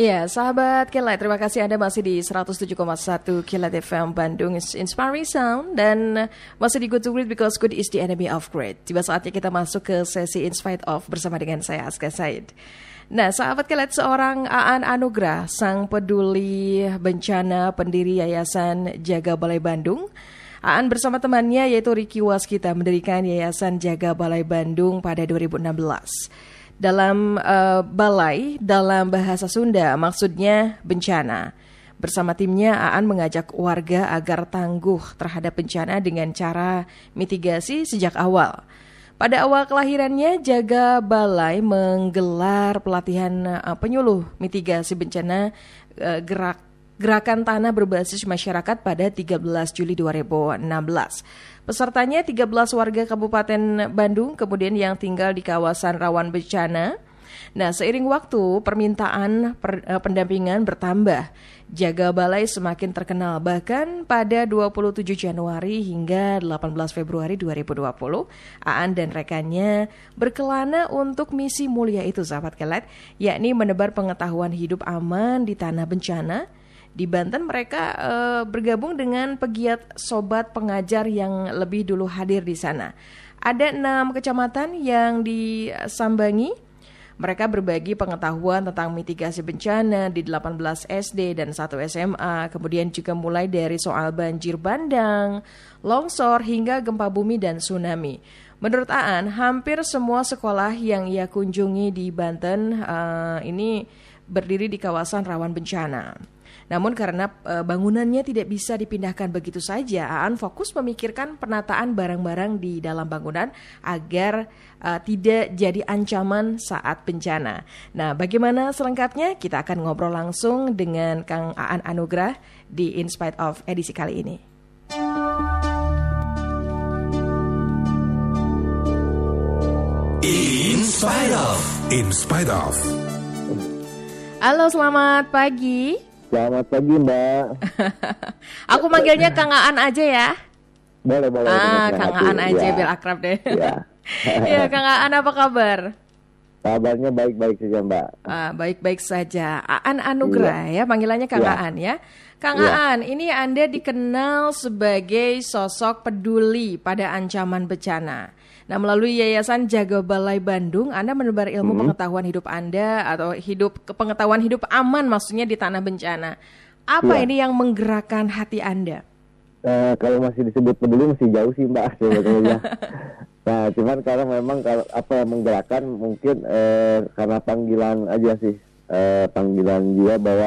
Iya, sahabat Kilat, terima kasih Anda masih di 107,1 Kilat FM Bandung Inspiring Sound dan masih di Good to Great because good is the enemy of great. Tiba saatnya kita masuk ke sesi In Spite of bersama dengan saya Aska Said. Nah, sahabat Kilat, seorang Aan Anugrah, sang peduli bencana pendiri Yayasan Jaga Balai Bandung. Aan bersama temannya yaitu Ricky Waskita mendirikan Yayasan Jaga Balai Bandung pada 2016. Dalam balai, dalam bahasa Sunda, maksudnya bencana. Bersama timnya, Aan mengajak warga agar tangguh terhadap bencana dengan cara mitigasi sejak awal. Pada awal kelahirannya, Jaga Balai menggelar pelatihan penyuluh mitigasi bencana gerakan tanah berbasis masyarakat pada 13 Juli 2016. Pesertanya 13 warga Kabupaten Bandung, kemudian yang tinggal di kawasan rawan bencana. Nah, seiring waktu, permintaan pendampingan bertambah. Jaga Balai semakin terkenal, bahkan pada 27 Januari hingga 18 Februari 2020, Aan dan rekannya berkelana untuk misi mulia itu, sahabat Kelet, yakni menebar pengetahuan hidup aman di tanah bencana. Di Banten mereka bergabung dengan pegiat sobat pengajar yang lebih dulu hadir di sana. Ada 6 kecamatan yang disambangi. Mereka berbagi pengetahuan tentang mitigasi bencana di 18 SD dan 1 SMA. Kemudian juga mulai dari soal banjir bandang, longsor hingga gempa bumi dan tsunami. Menurut Aan, hampir semua sekolah yang ia kunjungi di Banten ini berdiri di kawasan rawan bencana. Namun karena bangunannya tidak bisa dipindahkan begitu saja, Aan fokus memikirkan penataan barang-barang di dalam bangunan agar tidak jadi ancaman saat bencana. Nah, bagaimana selengkapnya? Kita akan ngobrol langsung dengan Kang Aan Anugrah di In Spite of edisi kali ini. In Spite of. In Spite of. Halo, selamat pagi. Selamat pagi, Mbak. Aku manggilnya Kang Aan aja ya. Boleh. Kang Aan aja biar akrab deh. Ya. Ya, Kang Aan apa kabar? Kabarnya baik-baik saja, Mbak. Baik-baik saja. Aan Anugrah ya, panggilannya Kang Aan ya. Kang Aan, ini Anda dikenal sebagai sosok peduli pada ancaman bencana. Nah, melalui Yayasan Jaga Balai Bandung, Anda menebar ilmu pengetahuan hidup Anda atau pengetahuan hidup aman maksudnya di tanah bencana. Apa ini yang menggerakkan hati Anda? Kalau masih disebut peduli masih jauh sih, Mbak, sebetulnya. Nah, cuman karena memang kalau apa yang menggerakkan mungkin karena panggilan aja sih, panggilan juga bahwa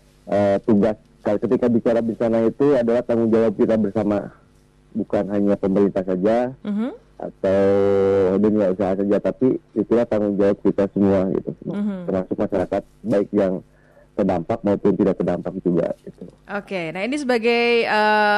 tugas ketika bicara bencana itu adalah tanggung jawab kita bersama, bukan hanya pemerintah saja. Atau dunia usaha saja, tapi itulah tanggung jawab kita semua gitu, termasuk masyarakat baik yang terdampak maupun tidak terdampak juga gitu. Oke, nah ini sebagai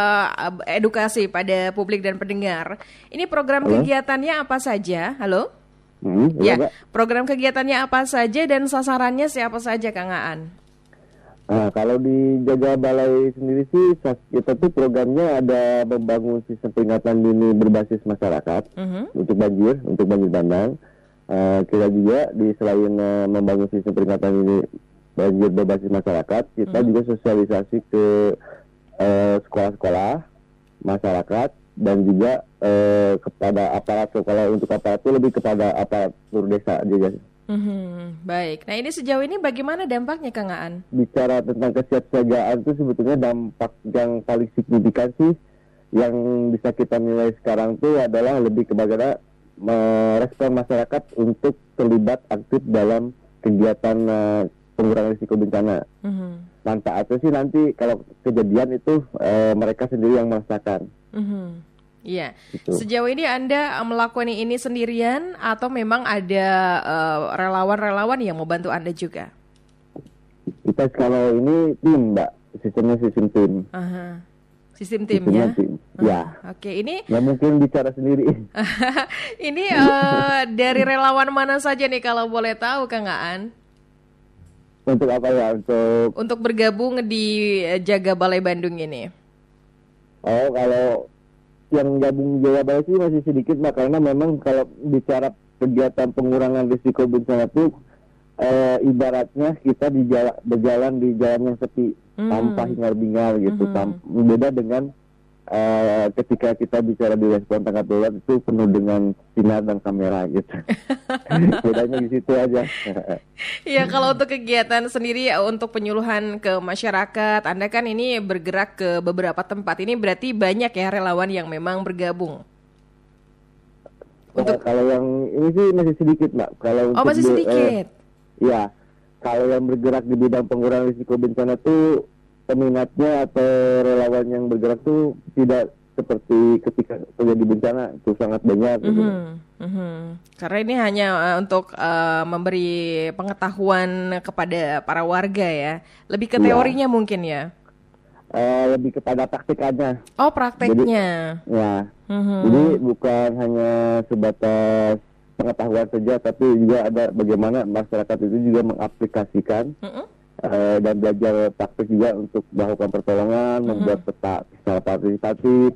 edukasi pada publik dan pendengar. Ini program kegiatannya apa saja? Halo? Ya, program kegiatannya apa saja dan sasarannya siapa saja, Kang Aan? Nah, kalau di Jaga Balai sendiri sih kita tuh programnya ada membangun sistem peringatan dini berbasis masyarakat untuk banjir bandang. Kita juga selain membangun sistem peringatan dini banjir berbasis masyarakat, kita juga sosialisasi ke sekolah-sekolah, masyarakat, dan juga kepada aparat. Kalau untuk aparat itu lebih kepada aparatur desa juga. Baik, nah ini sejauh ini bagaimana dampaknya, Kang Aan? Bicara tentang kesiapsiagaan itu sebetulnya dampak yang paling signifikan sih yang bisa kita nilai sekarang itu adalah lebih kepada merespon masyarakat untuk terlibat aktif dalam kegiatan pengurangan risiko bencana. Manfaatnya sih nanti kalau kejadian itu mereka sendiri yang merasakan. Iya. Sejauh ini Anda melakukan ini sendirian atau memang ada relawan-relawan yang mau bantu Anda juga? Kita kalau ini tim, Mbak, sistemnya sistem tim. Sistem tim ya? Ya. Oke, ini nggak mungkin bicara sendiri. Ini dari relawan mana saja nih kalau boleh tahu, Kang Aan? Untuk apa ya? Untuk bergabung di Jaga Balai Bandung ini. Oh, kalau yang gabung Jawa Balai sih masih sedikit, Mbak, karena memang kalau bicara kegiatan pengurangan risiko bencana itu ibaratnya kita berjalan di jalan yang sepi tanpa hingar-bingar gitu. Beda dengan ketika kita bicara di respon tanggap darurat itu penuh dengan sinar dan kamera gitu. Bedanya di situ aja. Ya, kalau untuk kegiatan sendiri untuk penyuluhan ke masyarakat, Anda kan ini bergerak ke beberapa tempat. Ini berarti banyak ya relawan yang memang bergabung. Kalau yang ini sih masih sedikit, Mbak. Kalau masih sedikit. Ya, kalau yang bergerak di bidang pengurangan risiko bencana tuh peminatnya atau relawan yang bergerak tuh tidak seperti ketika terjadi bencana, itu sangat banyak. Gitu. Karena ini hanya untuk memberi pengetahuan kepada para warga ya, lebih ke teorinya mungkin ya. Lebih kepada praktikannya. Oh, prakteknya. Jadi bukan hanya sebatas pengetahuan saja, tapi juga ada bagaimana masyarakat itu juga mengaplikasikan dan belajar praktik juga untuk melakukan pertolongan, membuat peta secara partisipatif,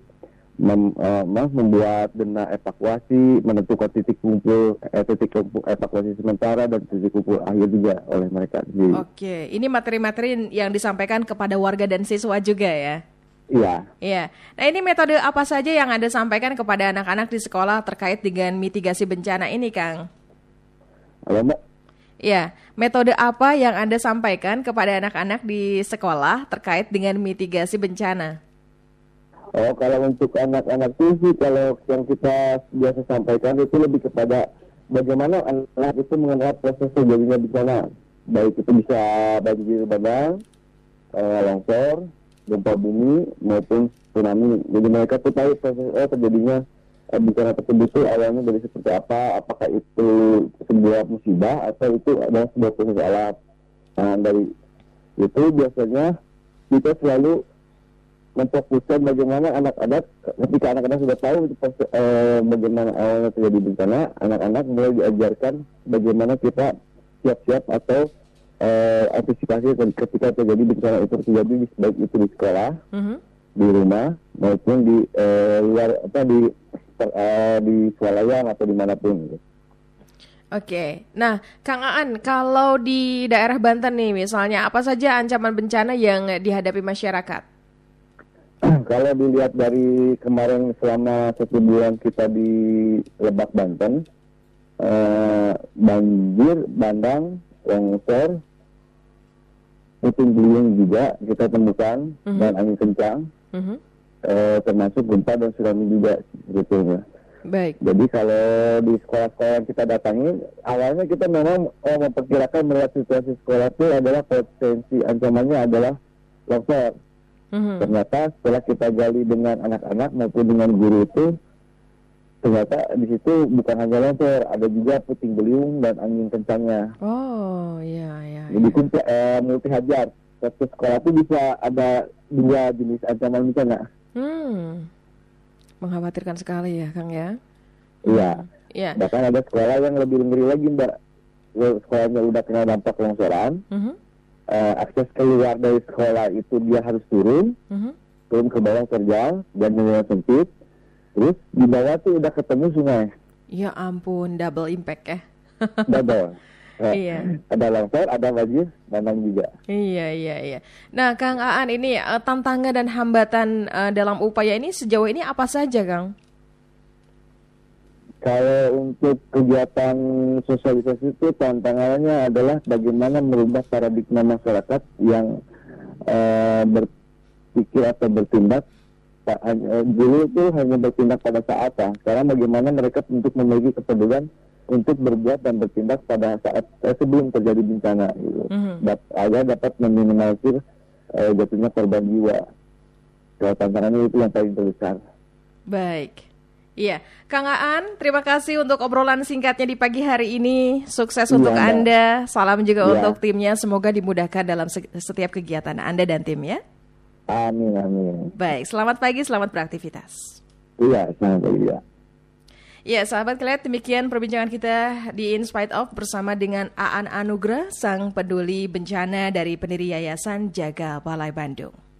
membuat dana evakuasi, menentukan titik kumpul evakuasi sementara dan titik kumpul akhir juga oleh mereka sendiri. Oke, ini materi-materi yang disampaikan kepada warga dan siswa juga ya? Iya. Nah, ini metode apa saja yang Anda sampaikan kepada anak-anak di sekolah terkait dengan mitigasi bencana ini, Kang? Halo, Mbak. Ya, metode apa yang Anda sampaikan kepada anak-anak di sekolah terkait dengan mitigasi bencana? Kalau untuk anak-anak itu sih, kalau yang kita biasa sampaikan itu lebih kepada bagaimana anak itu mengenal proses terjadinya bencana. Baik itu bisa banjir bandang, longsor, gempa bumi maupun tsunami. Jadi mereka tuh tahu proses terjadinya bencana tersebut itu awalnya dari seperti apa, apakah itu sebuah musibah atau itu adalah sebuah proses alam. Nah, dari itu biasanya kita selalu memfokuskan bagaimana anak-anak, ketika anak-anak sudah tahu bagaimana awalnya terjadi bencana, anak-anak mulai diajarkan bagaimana kita siap-siap atau antisipasi ketika terjadi bencana itu terjadi, baik itu di sekolah, di rumah maupun di luar di swalayan atau dimanapun gitu. Oke, nah Kang Aan, kalau di daerah Banten nih misalnya, apa saja ancaman bencana yang dihadapi masyarakat? Kalau dilihat dari kemarin selama 1 bulan kita di Lebak, Banten, banjir, bandang, longsor, puting beliung juga kita temukan, dan angin kencang. Termasuk gempa dan tsunami juga sebetulnya. Baik. Jadi kalau di sekolah-sekolah yang kita datangi, awalnya kita memang memperkirakan melihat situasi sekolah itu adalah potensi ancamannya adalah longsor. Ternyata setelah kita gali dengan anak-anak maupun dengan guru itu, ternyata di situ bukan hanya longsor, ada juga puting beliung dan angin kencangnya. Oh, iya. Jadi multi hajar. Satu sekolah itu bisa ada 2 jenis ancaman bencana. Mengkhawatirkan sekali ya, Kang ya. Iya. Bahkan ada sekolah yang lebih ngeri lagi, Mbak. Sekolahnya udah kena dampak longsoran. Akses keluar dari sekolah itu dia harus turun ke bawah terjal dan jalan sempit. Terus di bawah tuh udah ketemu sungai. Ya ampun, double impact ya. Double. Iya. Ada longsor, ada banjir, bandang juga. Iya. Nah, Kang Aan, ini tantangan dan hambatan dalam upaya ini sejauh ini apa saja, Kang? Kalau untuk kegiatan sosialisasi itu tantangannya adalah bagaimana merubah paradigma masyarakat yang berpikir atau bertindak dulu itu hanya bertindak pada saat. Sekarang bagaimana mereka untuk memiliki kepedulian untuk berbuat dan bertindak pada saat sebelum terjadi bencana gitu. Agar dapat meminimalisir jatuhnya korban jiwa. Kalau tantangannya itu yang paling terbesar. Baik. Iya, Kang Aan, terima kasih untuk obrolan singkatnya di pagi hari ini. Sukses untuk Anda. Salam juga untuk timnya. Semoga dimudahkan dalam setiap kegiatan Anda dan tim ya. Amin. Baik, selamat pagi, selamat beraktivitas. Iya, selamat pagi ya. Ya, sahabat Kelet, demikian perbincangan kita di In Spite Of bersama dengan Aan Anugrah, sang peduli bencana dari pendiri Yayasan Jaga Balai Bandung.